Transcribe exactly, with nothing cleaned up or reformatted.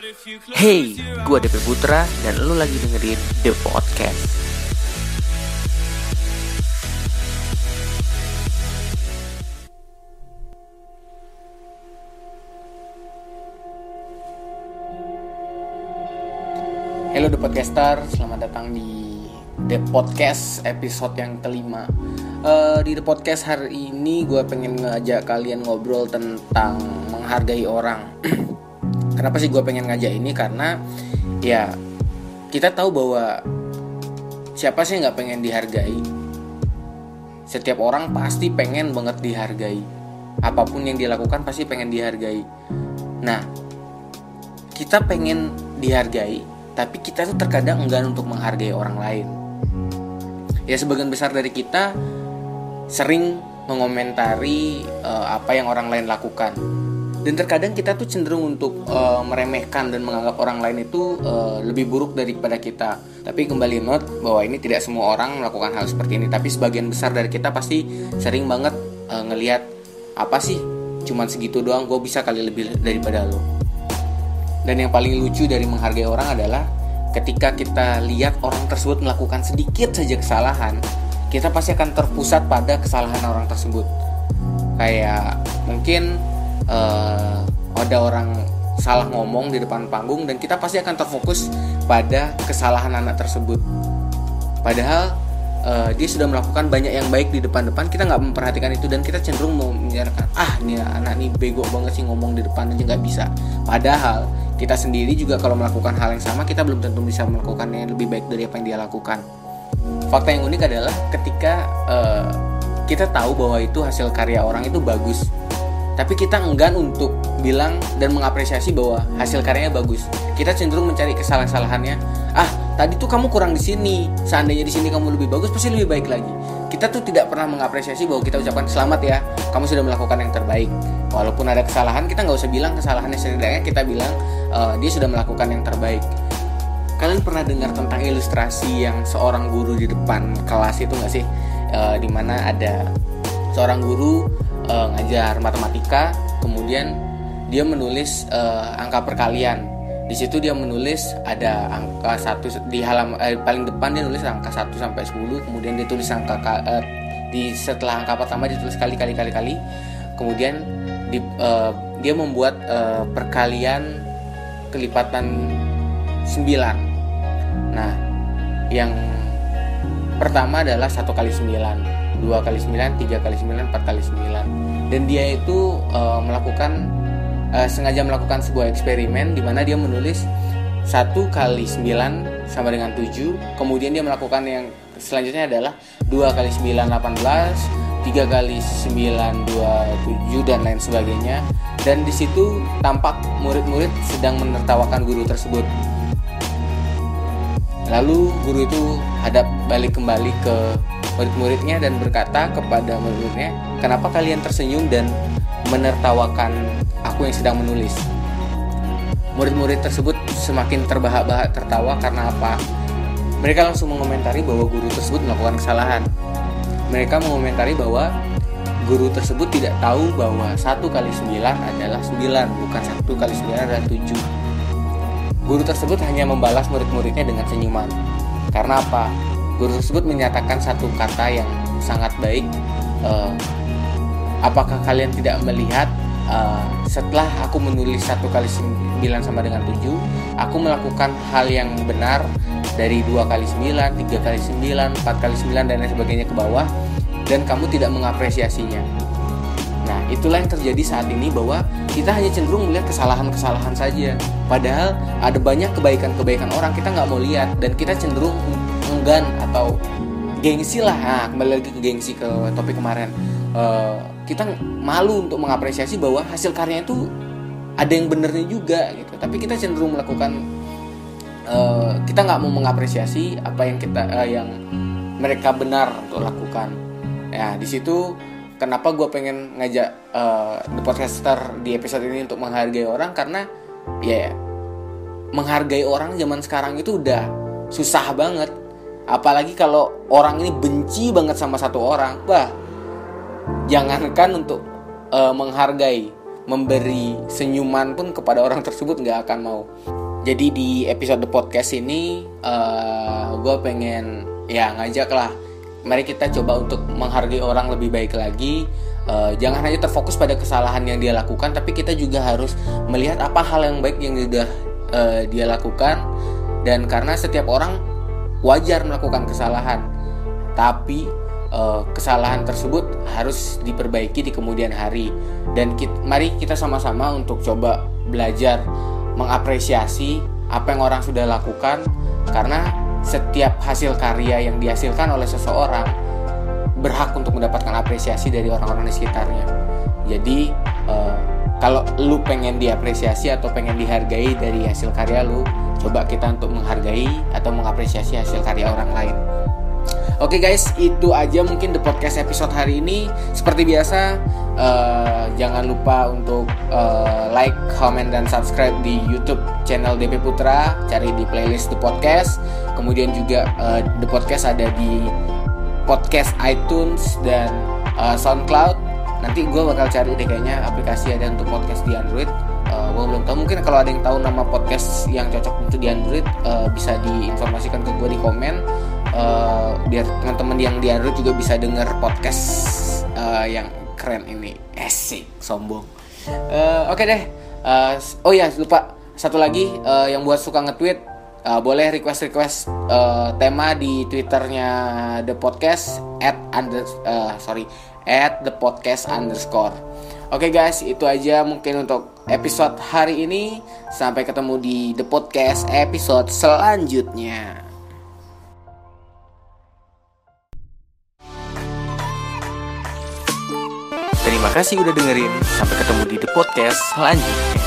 Hey, gue D P Putra dan lu lagi dengerin The Podcast. Halo The Podcaster, selamat datang di The Podcast episode yang kelima. uh, Di The Podcast hari ini gue pengen ngajak kalian ngobrol tentang menghargai orang. Kenapa sih gue pengen ngajak ini? Karena ya kita tahu bahwa siapa sih gak pengen dihargai. Setiap orang pasti pengen banget dihargai. Apapun yang dilakukan pasti pengen dihargai. Nah, kita pengen dihargai, tapi kita tuh terkadang enggan untuk menghargai orang lain. Ya sebagian besar dari kita sering mengomentari uh, apa yang orang lain lakukan. Dan terkadang kita tuh cenderung untuk uh, meremehkan dan menganggap orang lain itu uh, lebih buruk daripada kita. Tapi kembali note bahwa ini tidak semua orang melakukan hal seperti ini. Tapi sebagian besar dari kita pasti sering banget uh, ngelihat apa sih, cuman segitu doang, gue bisa kali lebih daripada lo. Dan yang paling lucu dari menghargai orang adalah ketika kita lihat orang tersebut melakukan sedikit saja kesalahan, kita pasti akan terpusat pada kesalahan orang tersebut. Kayak mungkin Uh, ada orang salah ngomong di depan panggung dan kita pasti akan terfokus pada kesalahan anak tersebut. Padahal uh, dia sudah melakukan banyak yang baik di depan-depan, kita nggak memperhatikan itu dan kita cenderung menyalahkan, ah nih anak nih bego banget sih ngomong di depan aja nggak bisa. Padahal kita sendiri juga kalau melakukan hal yang sama kita belum tentu bisa melakukannya lebih baik dari apa yang dia lakukan. Fakta yang unik adalah ketika uh, kita tahu bahwa itu hasil karya orang itu bagus, tapi kita enggan untuk bilang dan mengapresiasi bahwa hasil karyanya bagus. Kita cenderung mencari kesalahan-kesalahannya. Ah, tadi tuh kamu kurang di sini. Seandainya di sini kamu lebih bagus, pasti lebih baik lagi. Kita tuh tidak pernah mengapresiasi bahwa kita ucapkan selamat ya, kamu sudah melakukan yang terbaik. Walaupun ada kesalahan, kita nggak usah bilang kesalahannya, setidaknya kita bilang uh, dia sudah melakukan yang terbaik. Kalian pernah dengar tentang ilustrasi yang seorang guru di depan kelas itu nggak sih? Uh, dimana ada seorang guru Uh, ngajar matematika, kemudian dia menulis uh, angka perkalian. Di situ dia menulis ada angka satu di halaman eh, paling depan dia nulis angka satu sampai sepuluh, kemudian dia tulis angka uh, di setelah angka pertama ditulis kali kali kali kali. Kemudian di, uh, dia membuat uh, perkalian kelipatan sembilan. Nah, yang pertama adalah satu kali sembilan, dua kali sembilan, tiga kali sembilan, empat kali sembilan. Dan dia itu uh, melakukan uh, sengaja melakukan sebuah eksperimen di mana dia menulis satu kali sembilan sama dengan tujuh. Kemudian dia melakukan yang selanjutnya adalah dua kali sembilan, delapan belas, tiga kali sembilan, dua, tujuh dan lain sebagainya. Dan di situ tampak murid-murid sedang menertawakan guru tersebut. Lalu guru itu hadap balik kembali ke murid-muridnya dan berkata kepada murid-muridnya, kenapa kalian tersenyum dan menertawakan aku yang sedang menulis? Murid-murid tersebut semakin terbahak-bahak tertawa karena apa? Mereka langsung mengomentari bahwa guru tersebut melakukan kesalahan. Mereka mengomentari bahwa guru tersebut tidak tahu bahwa satu kali sembilan adalah sembilan, bukan satu kali sembilan adalah tujuh. Guru tersebut hanya membalas murid-muridnya dengan senyuman. Karena apa? Guru tersebut menyatakan satu kata yang sangat baik. Uh, apakah kalian tidak melihat uh, setelah aku menulis satu kali sembilan sama dengan tujuh, aku melakukan hal yang benar dari dua kali sembilan, tiga kali sembilan, empat kali sembilan dan lain sebagainya ke bawah, dan kamu tidak mengapresiasinya. Nah, itulah yang terjadi saat ini, bahwa kita hanya cenderung melihat kesalahan-kesalahan saja. Padahal ada banyak kebaikan-kebaikan orang kita nggak mau lihat, dan kita cenderung enggan atau gengsi lah. Nah, kembali lagi ke gengsi, ke topik kemarin. Uh, kita malu untuk mengapresiasi bahwa hasil karyanya itu ada yang benernya juga gitu. Tapi kita cenderung melakukan, uh, kita nggak mau mengapresiasi apa yang kita, uh, yang mereka benar untuk lakukan. Ya, di situ kenapa gue pengen ngajak uh, The Podcaster di episode ini untuk menghargai orang, karena ya yeah, menghargai orang zaman sekarang itu udah susah banget. Apalagi kalau orang ini benci banget sama satu orang, bah, jangankan untuk uh, menghargai, memberi senyuman pun kepada orang tersebut nggak akan mau. Jadi di episode podcast ini uh, gue pengen ya ngajak lah, mari kita coba untuk menghargai orang lebih baik lagi. Uh, jangan hanya terfokus pada kesalahan yang dia lakukan, tapi kita juga harus melihat apa hal yang baik yang sudah uh, dia lakukan. Dan karena setiap orang wajar melakukan kesalahan, tapi uh, kesalahan tersebut harus diperbaiki di kemudian hari. Dan kita, mari kita sama-sama untuk coba belajar mengapresiasi apa yang orang sudah lakukan, karena setiap hasil karya yang dihasilkan oleh seseorang berhak untuk mendapatkan apresiasi dari orang-orang di sekitarnya. Jadi uh, kalau lu pengen diapresiasi atau pengen dihargai dari hasil karya lu, coba kita untuk menghargai atau mengapresiasi hasil karya orang lain. Oke guys, itu aja mungkin The Podcast episode hari ini. Seperti biasa, uh, jangan lupa untuk uh, like, comment, dan subscribe di YouTube channel D P Putra. Cari di playlist The Podcast. Kemudian juga uh, The Podcast ada di podcast iTunes dan uh, SoundCloud. Nanti gue bakal cari deh kayaknya aplikasi ada untuk podcast di Android. Uh, gue belum tahu, mungkin kalau ada yang tahu nama podcast yang cocok untuk di Android, uh, bisa diinformasikan ke gue di komen, uh, biar teman-teman yang di Android juga bisa denger podcast uh, yang keren ini. Asik, sombong. Uh, Oke okay deh. Uh, oh ya lupa satu lagi, uh, yang buat suka nge-tweet, uh, boleh request-request uh, tema di Twitternya The Podcast at under uh, sorry at the podcast underscore. Oke okay guys, itu aja mungkin untuk episode hari ini. Sampai ketemu di The Podcast episode selanjutnya. Terima kasih udah dengerin. Sampai ketemu di The Podcast selanjutnya.